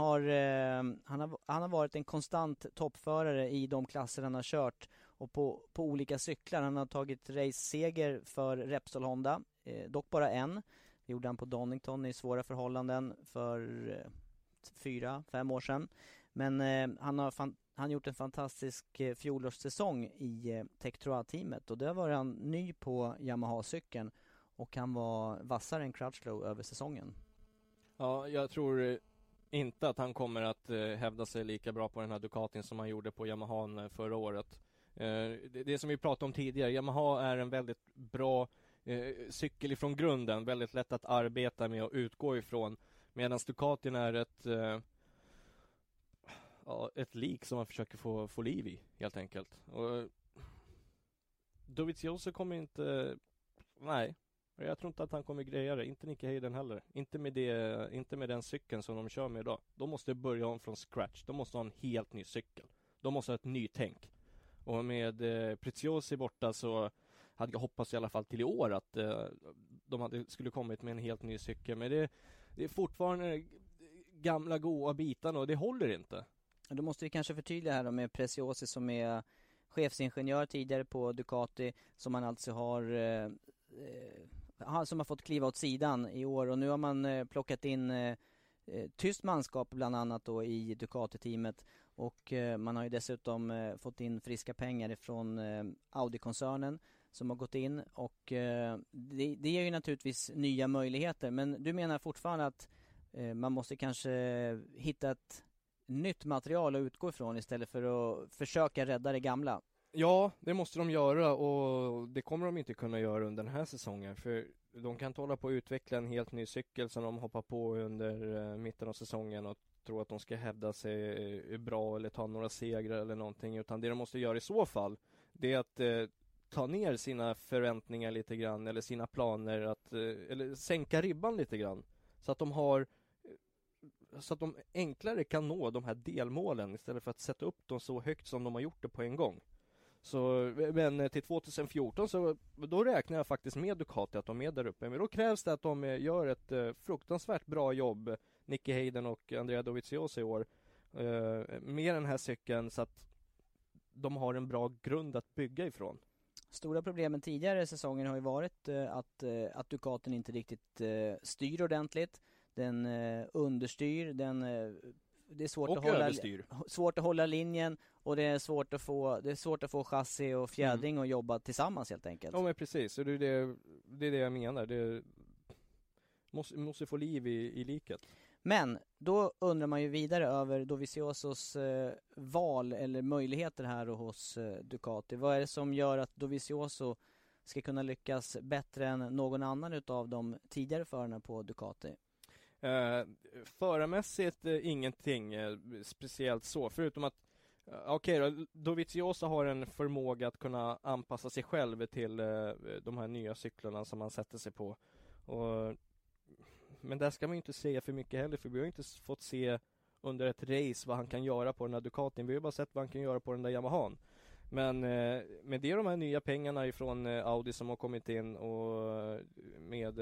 har varit en konstant toppförare i de klasser han har kört och på olika cyklar. Han har tagit race-seger för Repsol Honda, dock bara en. Det gjorde han på Donington i svåra förhållanden för 4-5 år sedan. Men han har gjort en fantastisk fjolårssäsong i Tektroa-teamet, och där var han ny på Yamaha-cykeln, och han var vassare än Crutchlow över säsongen. Ja, jag tror inte att han kommer att hävda sig lika bra på den här Ducatin som han gjorde på Yamaha förra året. Det som vi pratade om tidigare, Yamaha är en väldigt bra cykel ifrån grunden, väldigt lätt att arbeta med och utgå ifrån, medan Ducatin är ett lik som man försöker få liv i, helt enkelt. Och Dovizioso kommer inte, nej, jag tror inte att han kommer greja det, inte Nicky Hayden heller, inte med den cykeln som de kör med idag. De måste börja om från scratch, de måste ha en helt ny cykel, de måste ha ett nytänk. Och med Preziosi borta så hade jag hoppats i alla fall till i år att de skulle kommit med en helt ny cykel, men det är fortfarande gamla goa bitarna och det håller inte. Då måste vi kanske förtydliga här då med Preziosi, som är chefsingenjör tidigare på Ducati, som man alltså som har fått kliva åt sidan i år, och nu har man plockat in tyst manskap bland annat då i Ducati-teamet, och man har ju dessutom fått in friska pengar ifrån Audi-koncernen som har gått in och det ger ju naturligtvis nya möjligheter. Men du menar fortfarande att man måste kanske hitta ett nytt material att utgå ifrån istället för att försöka rädda det gamla? Ja, det måste de göra och det kommer de inte kunna göra under den här säsongen, för de kan inte hålla på att utveckla en helt ny cykel som de hoppar på under mitten av säsongen och tror att de ska hävda sig bra eller ta några segrar eller någonting, utan det de måste göra i så fall, det är att ta ner sina förväntningar lite grann eller sina planer, eller sänka ribban lite grann så att de enklare kan nå de här delmålen istället för att sätta upp dem så högt som de har gjort det på en gång. Så, men till 2014 så då räknar jag faktiskt med Ducati att de är där uppe. Men då krävs det att de gör ett fruktansvärt bra jobb, Nicky Hayden och Andrea Dovizioso i år, med den här cykeln så att de har en bra grund att bygga ifrån. Stora problemen tidigare i säsongen har ju varit att Ducatin inte riktigt styr ordentligt. Den understyr, det är svårt att hålla linjen och det är svårt att få chassi och fjädring och jobba tillsammans helt enkelt. Ja, men precis, så det är det jag menar. Det måste få liv i liket. Men då undrar man ju vidare över Doviziosos val eller möjligheter här hos Ducati. Vad är det som gör att Dovizioso ska kunna lyckas bättre än någon annan utav de tidigare förarna på Ducati? Förarmässigt ingenting speciellt så, förutom att Dovizioso har en förmåga att kunna anpassa sig själv till de här nya cyklarna som man sätter sig på. Men där ska man ju inte säga för mycket heller, för vi har inte fått se under ett race vad han kan göra på den här Ducatin. Vi har ju bara sett vad han kan göra på den där Yamahan. Men det är de här nya pengarna ifrån Audi som har kommit in och med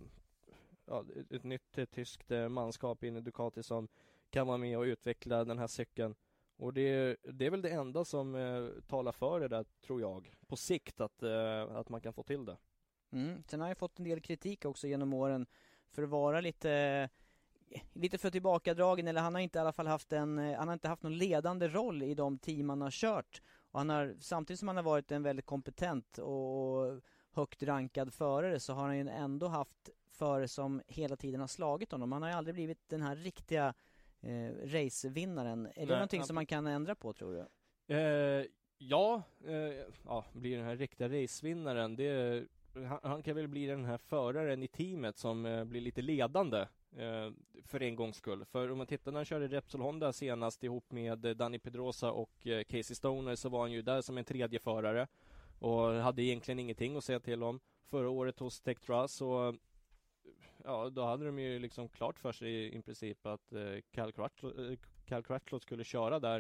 ett nytt tyskt manskap in i Ducati som kan vara med och utveckla den här cykeln. Och det är väl det enda som talar för det där, tror jag, på sikt att man kan få till det. Sen har jag fått en del kritik också genom åren för att vara lite för tillbakadragen, eller han har inte i alla fall haft någon ledande roll i de team han har kört. Och samtidigt som han har varit en väldigt kompetent och högt rankad förare, så har han ju ändå haft förare som hela tiden har slagit honom. Han har ju aldrig blivit den här riktiga racevinnaren. Är det någonting som man kan ändra på, tror du? Blir den här riktiga racevinnaren, han kan väl bli den här föraren i teamet som blir lite ledande för en gångs skull. För om man tittar när han körde Repsol Honda senast ihop med Dani Pedrosa och Casey Stoner, så var han ju där som en tredje förare och hade egentligen ingenting att säga till om. Förra året hos Tectra så då hade de ju liksom klart för sig i princip att Cal Crutchlow skulle köra där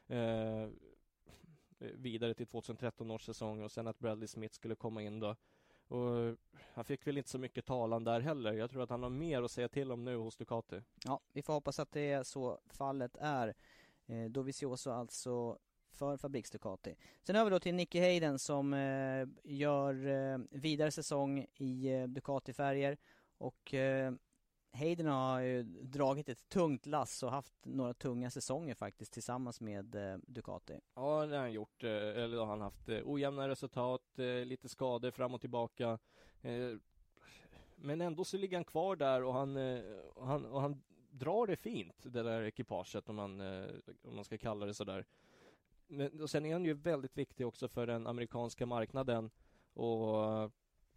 vidare till 2013 års säsong, och sen att Bradley Smith skulle komma in då. Och han fick väl inte så mycket talan där heller. Jag tror att han har mer att säga till om nu hos Ducati. Ja, vi får hoppas att det är så fallet är. Dovizioso alltså för Fabriks Ducati. Sen över då till Nicky Hayden som gör vidare säsong i Ducati-färger. Och Hayden har ju dragit ett tungt lass och haft några tunga säsonger faktiskt tillsammans med Ducati. Ja, det har han gjort. Eller har han haft ojämna resultat, lite skador fram och tillbaka. Men ändå så ligger han kvar där och han drar det fint, det där ekipaget, om man ska kalla det så där. Och sen är han ju väldigt viktig också för den amerikanska marknaden. Och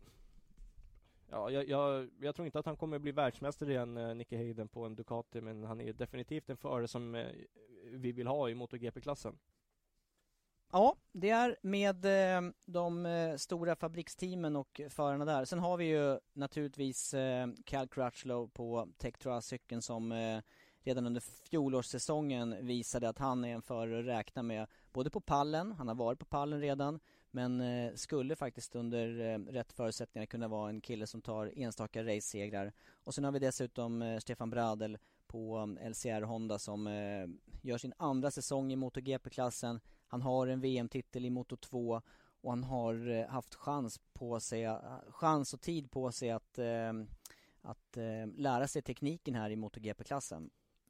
jag tror inte att han kommer bli världsmästare igen, Nicky Hayden, på en Ducati, men han är definitivt en förare som vi vill ha i MotoGP-klassen. Ja, det är med de stora fabriksteamen och förarna där. Sen har vi ju naturligtvis Cal Crutchlow på Tectra-cykeln som redan under fjolårssäsongen visade att han är en förare att räkna med. Både på pallen, han har varit på pallen redan, men skulle faktiskt under rätt förutsättningar kunna vara en kille som tar enstaka race-segrar. Och sen har vi dessutom Stefan Bradl på LCR Honda som gör sin andra säsong i MotoGP-klassen. Han har en VM-titel i Moto2 och han har haft chans och tid på sig att lära sig tekniken här i MotoGP-klassen.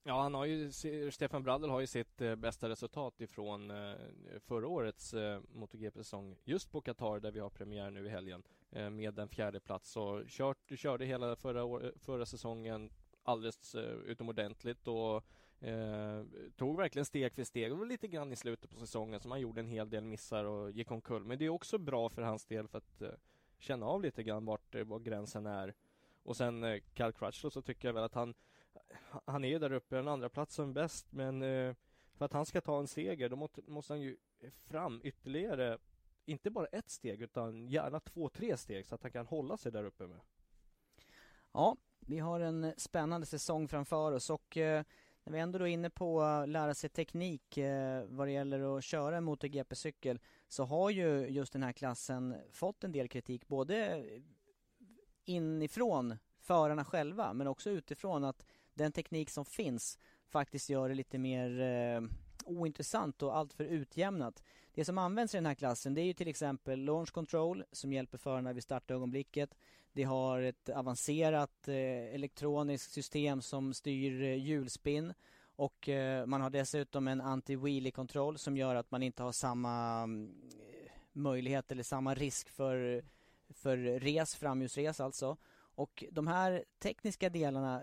Ja, han har ju, Stefan Bradl har ju sitt bästa resultat ifrån förra årets MotoGP-säsong just på Qatar, där vi har premiär nu i helgen med en 4:e plats. Och körde hela förra säsongen alldeles utomordentligt och tog verkligen steg för steg. Det var lite grann i slutet på säsongen som han gjorde en hel del missar och gick omkull. Men det är också bra för hans del för att känna av lite grann var gränsen är. Och sen Cal Crutchlow, så tycker jag väl att han är där uppe, en andra plats som bäst, men för att han ska ta en seger då måste han ju fram ytterligare, inte bara ett steg utan gärna 2-3 steg så att han kan hålla sig där uppe med. Ja, vi har en spännande säsong framför oss och när vi ändå är inne på att lära sig teknik vad det gäller att köra en MotoGP-cykel, så har ju just den här klassen fått en del kritik både inifrån förarna själva men också utifrån att den teknik som finns faktiskt gör det lite mer ointressant och allt för utjämnat. Det som används i den här klassen, det är ju till exempel launch control som hjälper förarna vid startögonblicket. Det har ett avancerat elektroniskt system som styr hjulspinn och man har dessutom en anti-wheelie-kontroll som gör att man inte har samma möjlighet eller samma risk för framhjulsres alltså. Och de här tekniska delarna,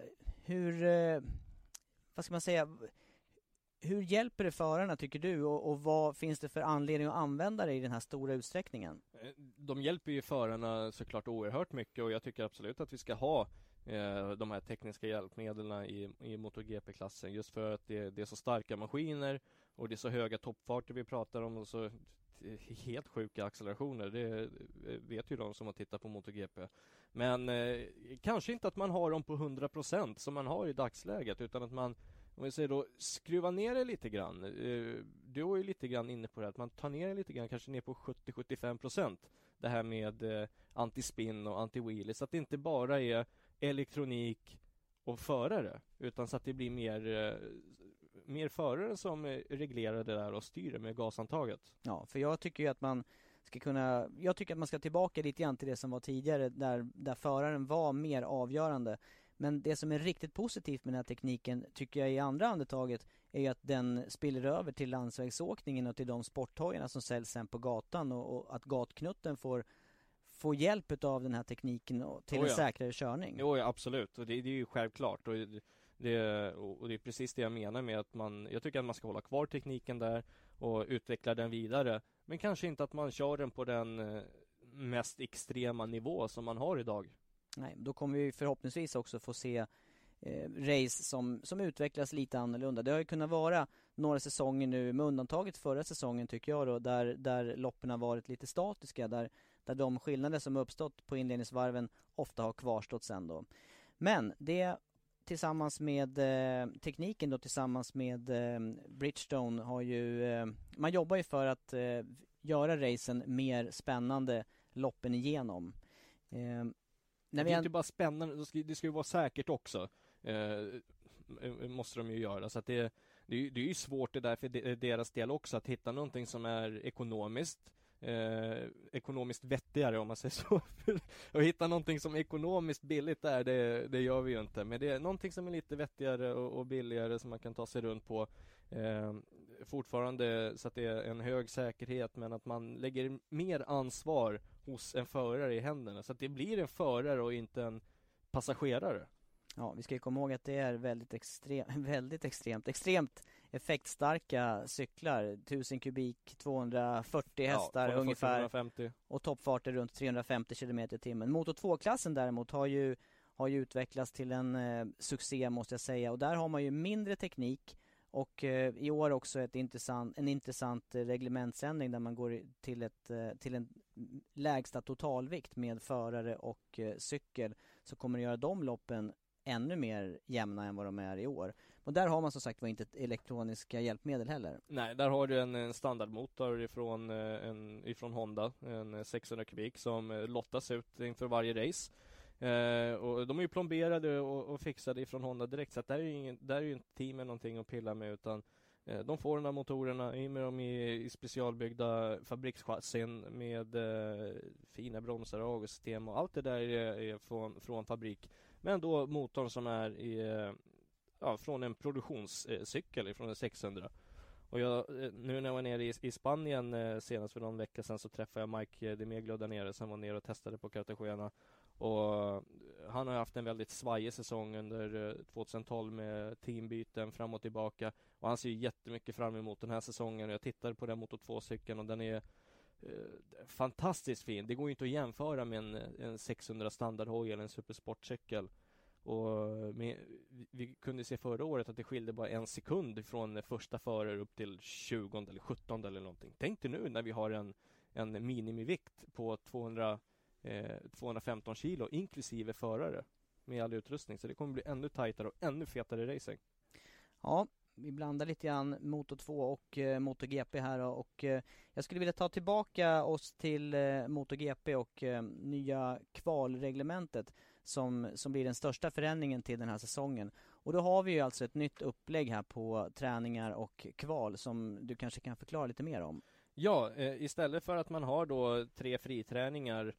vad ska man säga, hur hjälper det förarna tycker du och vad finns det för anledning att använda det i den här stora utsträckningen? De hjälper ju förarna såklart oerhört mycket och jag tycker absolut att vi ska ha de här tekniska hjälpmedlen i MotoGP-klassen just för att det är så starka maskiner och det är så höga toppfarter vi pratar om och så helt sjuka accelerationer. Det vet ju de som har tittat på MotoGP. Men kanske inte att man har dem på 100% som man har i dagsläget, utan att man, om vi säger då, skruva ner det lite grann. Du är ju lite grann inne på det, att man tar ner det lite grann, kanske ner på 70-75%. Det här med anti-spin och anti-wheelie, så att det inte bara är elektronik och förare, utan så att det blir mer förare som reglerar det där och styr det med gasantaget. Ja, för jag tycker ju att man ska tillbaka lite grann till det som var tidigare där föraren var mer avgörande. Men det som är riktigt positivt med den här tekniken tycker jag i andra andetaget är ju att den spiller över till landsvägsåkningen och till de sporthojarna som säljs sen på gatan och att gatknutten får hjälp av den här tekniken till en säkrare körning. Jo, ja, absolut. Och det är ju självklart. Och det är precis det jag menar med att jag tycker att man ska hålla kvar tekniken där och utveckla den vidare. Men kanske inte att man kör den på den mest extrema nivå som man har idag. Nej, då kommer vi förhoppningsvis också få se race som utvecklas lite annorlunda. Det har ju kunnat vara några säsonger nu, med undantaget förra säsongen tycker jag då, där loppen har varit lite statiska, där de skillnader som uppstått på inledningsvarven ofta har kvarstått sen då. Men det tillsammans med tekniken då, tillsammans med Bridgestone har ju man jobbar ju för att göra racen mer spännande loppen igenom. Det är inte bara spännande, det ska ju vara säkert också. Måste de ju göra. Så att det är ju svårt det där för deras del också att hitta någonting som är ekonomiskt vettigare, om man säger så. Och hitta någonting som är ekonomiskt billigt där, det gör vi ju inte. Men det är någonting som är lite vettigare och billigare som man kan ta sig runt på. Fortfarande så att det är en hög säkerhet, men att man lägger mer ansvar hos en förare i händerna. Så att det blir en förare och inte en passagerare. Ja, vi ska ju komma ihåg att det är väldigt extremt effektstarka cyklar. 1000 kubik, 240 hästar ungefär. 450. Och toppfarter runt 350 km/h. Moto 2-klassen däremot har ju utvecklats till en succé, måste jag säga. Och där har man ju mindre teknik. Och i år också en intressant reglementsändring där man går till en lägsta totalvikt med förare och cykel, så kommer det göra de loppen ännu mer jämna än vad de är i år. Och där har man som sagt inte elektroniska hjälpmedel heller. Nej, där har du en standardmotor ifrån Honda, en 600 kubik som lottas ut inför varje race. Och de är ju plomberade och fixade ifrån Honda direkt, så att där är ju inte teamen någonting att pilla med, utan de får de här motorerna in med dem i specialbyggda fabrikschassin med fina bromsar och avgassystem och allt det där är från fabrik. Men då motorn som är från en produktionscykel, från en 600. Och nu när jag var nere i Spanien senast för någon vecka sedan, så träffade jag Mike Demeglo där nere som var nere och testade på Cartagena. Och han har haft en väldigt svajig säsong under 2012 med teambyten fram och tillbaka. Och han ser ju jättemycket fram emot den här säsongen. Jag tittade på den Moto 2-cykeln och den är fantastiskt fin. Det går ju inte att jämföra med en 600 standardhoj eller en supersportcykel. Och vi kunde se förra året att det skilde bara 1 sekund från första förare upp till 20 eller 17 eller någonting. Tänk dig nu när vi har en minimivikt på 215 kilo inklusive förare med all utrustning. Så det kommer bli ännu tajtare och ännu fetare racing. Ja, vi blandar lite grann Moto 2 och MotoGP här och jag skulle vilja ta tillbaka oss till MotoGP och nya kvalreglementet som blir den största förändringen till den här säsongen. Och då har vi ju alltså ett nytt upplägg här på träningar och kval som du kanske kan förklara lite mer om. Ja, istället för att man har då 3 friträningar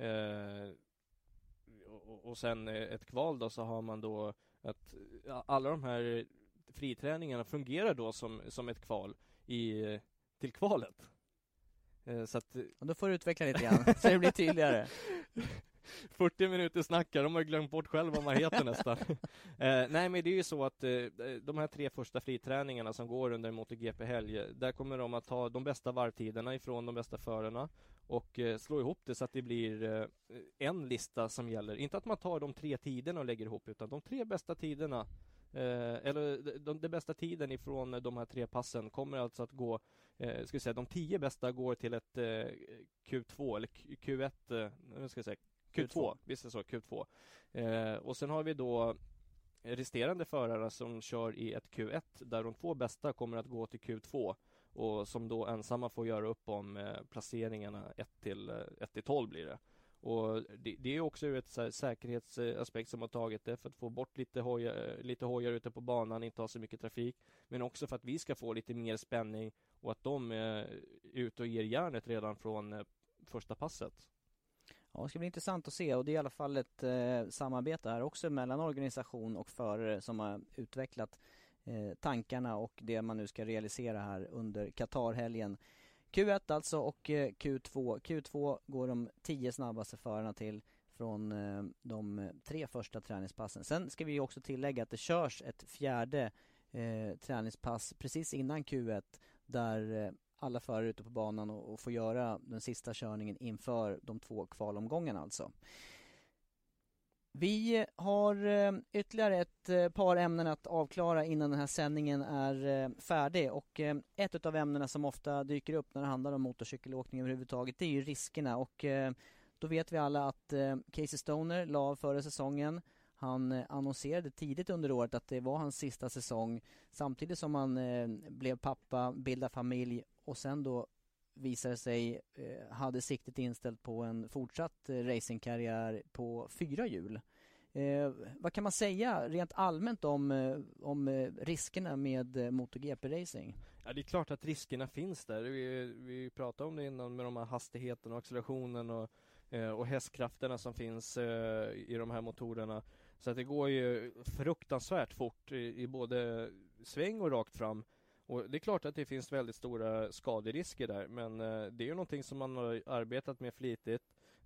och sen ett kval då, så har man då att alla de här friträningarna fungerar då som ett kval till kvalet. Så att, och då får du utveckla lite grann så det blir tydligare. 40 minuter snackar, de har glömt bort själv vad man heter nästan. Nej, men det är ju så att de här 3 första friträningarna som går under MotoGP-helg, där kommer de att ta de bästa varvtiderna ifrån de bästa förarna och slå ihop det så att det blir en lista som gäller. Inte att man tar de 3 tiderna och lägger ihop, utan de 3 bästa tiderna eller den bästa tiden ifrån de här 3 passen kommer alltså att gå, ska jag säga, de 10 bästa går till ett Q2 eller Q1, ska jag säga Q2, visst är det så, Q2. Och sen har vi då resterande förare som kör i ett Q1 där de 2 bästa kommer att gå till Q2 och som då ensamma får göra upp om placeringarna 1-12 blir det. Och det är också ur ett säkerhetsaspekt som har tagit det, för att få bort lite hojar ute på banan, inte ha så mycket trafik, men också för att vi ska få lite mer spänning och att de är ute och ger järnet redan från första passet. Ja, det ska bli intressant att se, och det är i alla fall ett samarbete här också mellan organisation och förare som har utvecklat tankarna och det man nu ska realisera här under Qatar-helgen. Q1 alltså och Q2. Q2 går de 10 snabbaste förarna till från de 3 första träningspassen. Sen ska vi också tillägga att det körs ett 4:e träningspass precis innan Q1 där alla förare ute på banan och får göra den sista körningen inför de 2 kvalomgångarna alltså. Vi har ytterligare ett par ämnen att avklara innan den här sändningen är färdig. Och ett av ämnena som ofta dyker upp när det handlar om motorcykelåkning överhuvudtaget, det är ju riskerna. Och då vet vi alla att Casey Stoner la av förra säsongen. Han annonserade tidigt under året att det var hans sista säsong. Samtidigt som han blev pappa, bildade familj och sen då visade sig hade siktet inställt på en fortsatt racingkarriär på 4 hjul. Vad kan man säga rent allmänt om riskerna med MotoGP-racing? Ja, det är klart att riskerna finns där. Vi pratade om det innan med de här hastigheten och accelerationen och hästkrafterna som finns i de här motorerna. Så att det går ju fruktansvärt fort i både sväng och rakt fram. Och det är klart att det finns väldigt stora skaderisker där, men det är ju någonting som man har arbetat med flitigt.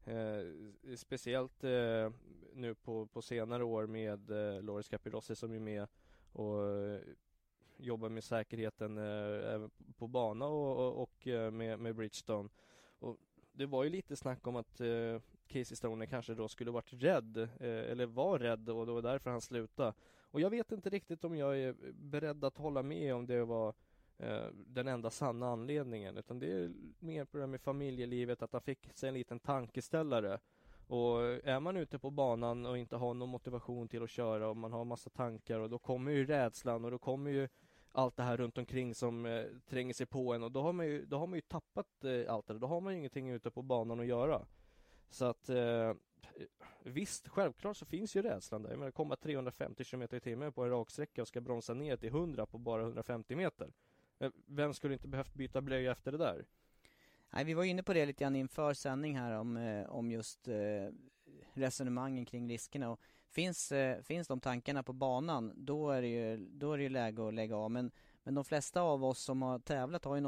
Speciellt nu på senare år med Loris Capirossi som är med och jobbar med säkerheten på bana och med Bridgestone. Och det var ju lite snack om att Casey Stoner kanske då skulle varit rädd eller var rädd och det var därför han slutade. Och jag vet inte riktigt om jag är beredd att hålla med om det var den enda sanna anledningen, utan det är mer på det med familjelivet, att han fick sig en liten tankeställare. Och är man ute på banan och inte har någon motivation till att köra och man har massa tankar, och då kommer ju rädslan och då kommer ju allt det här runt omkring som tränger sig på en, och då har man ju tappat allt det. Då har man ju ingenting ute på banan att göra. Så att visst, självklart så finns ju rädslan där. Jag menar, komma 350 km/h på en raksträcka och ska bromsa ner till 100 på bara 150 meter. Vem skulle inte behövt byta blöja efter det där? Nej, vi var inne på det lite grann inför sändning här om just resonemangen kring riskerna. Och finns de tankarna på banan, då är det ju läge att lägga av. Men de flesta av oss som har tävlat har ju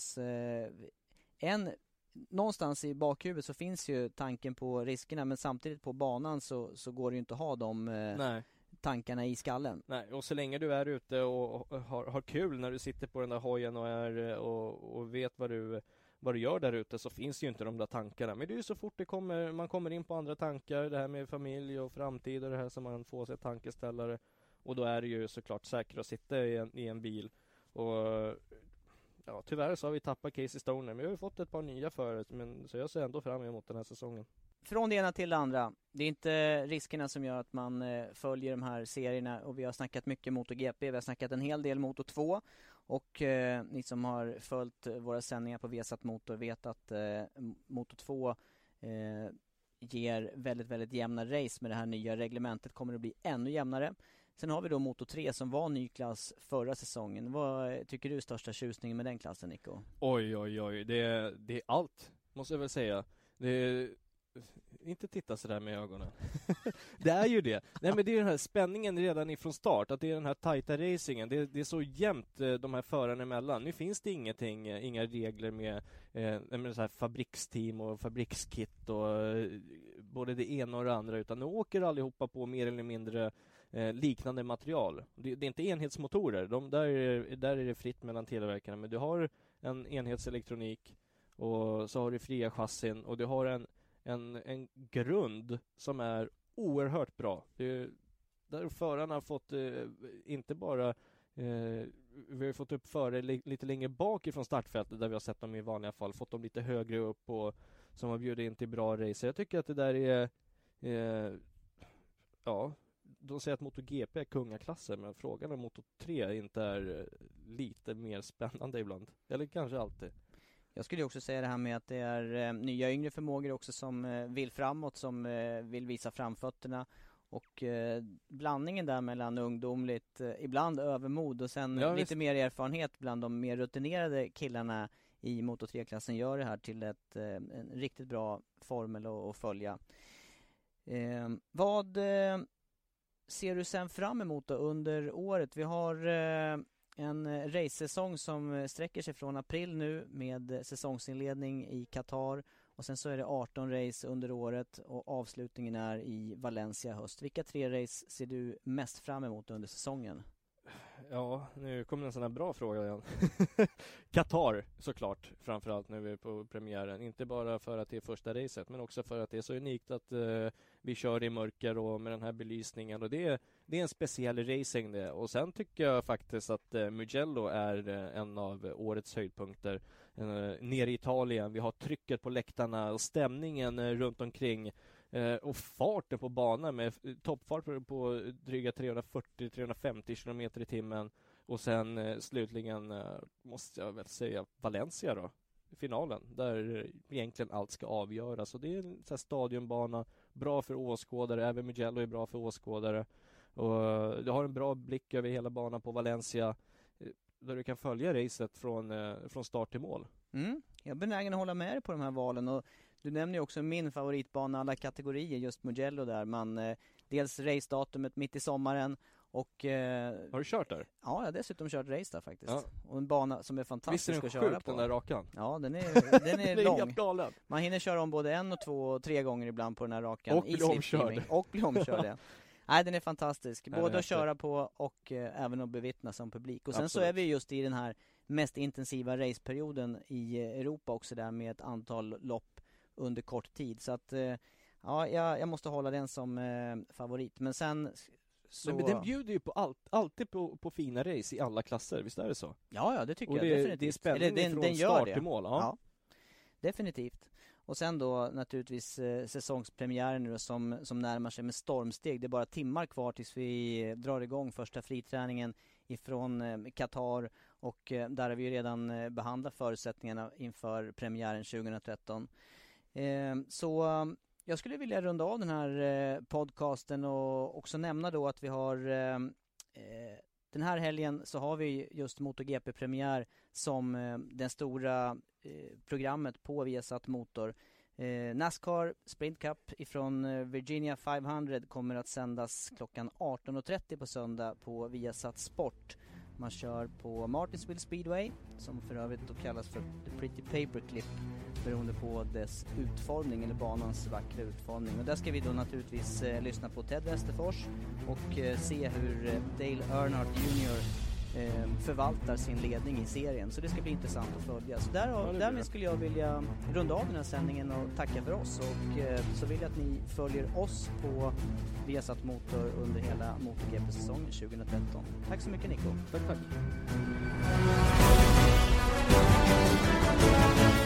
någonstans i bakhuvudet så finns ju tanken på riskerna, men samtidigt på banan så går det ju inte att ha de tankarna i skallen. Nej, och så länge du är ute och har kul när du sitter på den där hojen och vet vad du gör där ute, så finns ju inte de där tankarna. Men det är ju så fort man kommer in på andra tankar, det här med familj och framtid och det här som man får sig tankeställare, och då är det ju såklart säkert att sitta i en bil. Och ja, tyvärr så har vi tappat Casey Stoner, men vi har ju fått ett par nya förut, så jag ser ändå fram emot den här säsongen. Från det ena till det andra. Det är inte riskerna som gör att man följer de här serierna, och vi har snackat mycket MotoGP, vi har snackat en hel del Moto2, och ni som har följt våra sändningar på Viasat Motor vet att Moto2 ger väldigt, väldigt jämna race. Med det här nya reglementet kommer det bli ännu jämnare. Sen har vi då Moto3 som var ny klass förra säsongen. Vad tycker du är största tjusningen med den klassen, Nico? Oj, det är allt, måste jag väl säga. Det är inte titta så där med ögonen. Det är ju det. Nej, men det är den här spänningen redan ifrån start, att det är den här tajta racingen. Det är så jämnt de här förarna emellan. Nu finns det inga regler med så här fabriksteam och fabrikskit och både det ena och det andra, utan nu åker allihopa på mer eller mindre liknande material. Det är inte enhetsmotorer. Där är det fritt mellan tillverkarna, men du har en enhetselektronik och så har du fria chassin och du har en grund som är oerhört bra. Där förarna har fått inte bara vi har fått upp förare lite längre bak ifrån startfältet där vi har sett dem i vanliga fall, fått dem lite högre upp och som har bjudit in till bra race. Jag tycker att det där är de säger att MotoGP är kungaklasser, men frågan om Moto3 inte är lite mer spännande ibland. Eller kanske alltid. Jag skulle också säga det här med att det är nya yngre förmågor också som vill framåt, som vill visa framfötterna. Och blandningen där mellan ungdomligt, ibland övermod och sen lite mer erfarenhet bland de mer rutinerade killarna i Moto3-klassen gör det här till en riktigt bra formel att följa. Vad ser du sen fram emot då under året? Vi har en race-säsong som sträcker sig från april nu med säsongsinledning i Qatar, och sen så är det 18 race under året och avslutningen är i Valencia höst. Vilka 3 race ser du mest fram emot under säsongen? Ja, nu kommer en sån här bra fråga igen. Qatar såklart, framförallt nu är vi på premiären. Inte bara för att det är första racet, men också för att det är så unikt att vi kör i mörker och med den här belysningen. Och det är en speciell racing det. Och sen tycker jag faktiskt att Mugello är en av årets höjdpunkter. Nere i Italien, vi har trycket på läktarna och stämningen runt omkring. Och farten på banan med toppfart på dryga 340-350 km i timmen. Och sen slutligen måste jag väl säga Valencia då, finalen, där egentligen allt ska avgöras. Så det är en sån här stadionbana, bra för åskådare, även Mugello är bra för åskådare. Och du har en bra blick över hela banan på Valencia, där du kan följa racet från start till mål. Jag är benägen att hålla med dig på de här valen, och du nämner ju också min favoritbana alla kategorier, just Mugello där man dels race-datumet mitt i sommaren och har du kört där? Ja, jag har dessutom kört race där faktiskt. Ja. Och en bana som är fantastisk att köra på. Visst är den den där rakan? Ja, den är lång. Galen. Man hinner köra om både 1, 2 och 3 gånger ibland på den här rakan. Och bli omkörd. Och bli omkörd. Nej, den är fantastisk. Både att köra på och även att bevittna som publik. Och sen så är vi just i den här mest intensiva raceperioden i Europa också, där med ett antal lopp under kort tid. Så att jag måste hålla den som favorit. Men sen så... Men den bjuder ju på alltid på fina race i alla klasser, visst är det så? Ja, det tycker jag definitivt. Det är spännande från start till mål. Ja, definitivt. Och sen då naturligtvis säsongspremiären nu då, som närmar sig med stormsteg. Det är bara timmar kvar tills vi drar igång första friträningen ifrån Qatar. Och där har vi ju redan behandlat förutsättningarna inför premiären 2013. Så jag skulle vilja runda av den här podcasten och också nämna då att vi har den här helgen så har vi just MotoGP-premiär som den stora programmet på Viasat Motor. NASCAR Sprint Cup ifrån Virginia 500 kommer att sändas klockan 18:30 på söndag på Viasat Sport. Man kör på Martinsville Speedway, som för övrigt då kallas för The Pretty Paperclip, beroende på dess utformning, eller banans vackra utformning. Och där ska vi då naturligtvis lyssna på Ted Westerfors och se hur Dale Earnhardt Jr. Förvaltar sin ledning i serien. Så det ska bli intressant att följa. Så därmed skulle jag vilja runda av den här sändningen och tacka för oss. Och så vill jag att ni följer oss på Viasat Motor under hela MotoGP-säsongen 2013. Tack så mycket, Nico. Tack.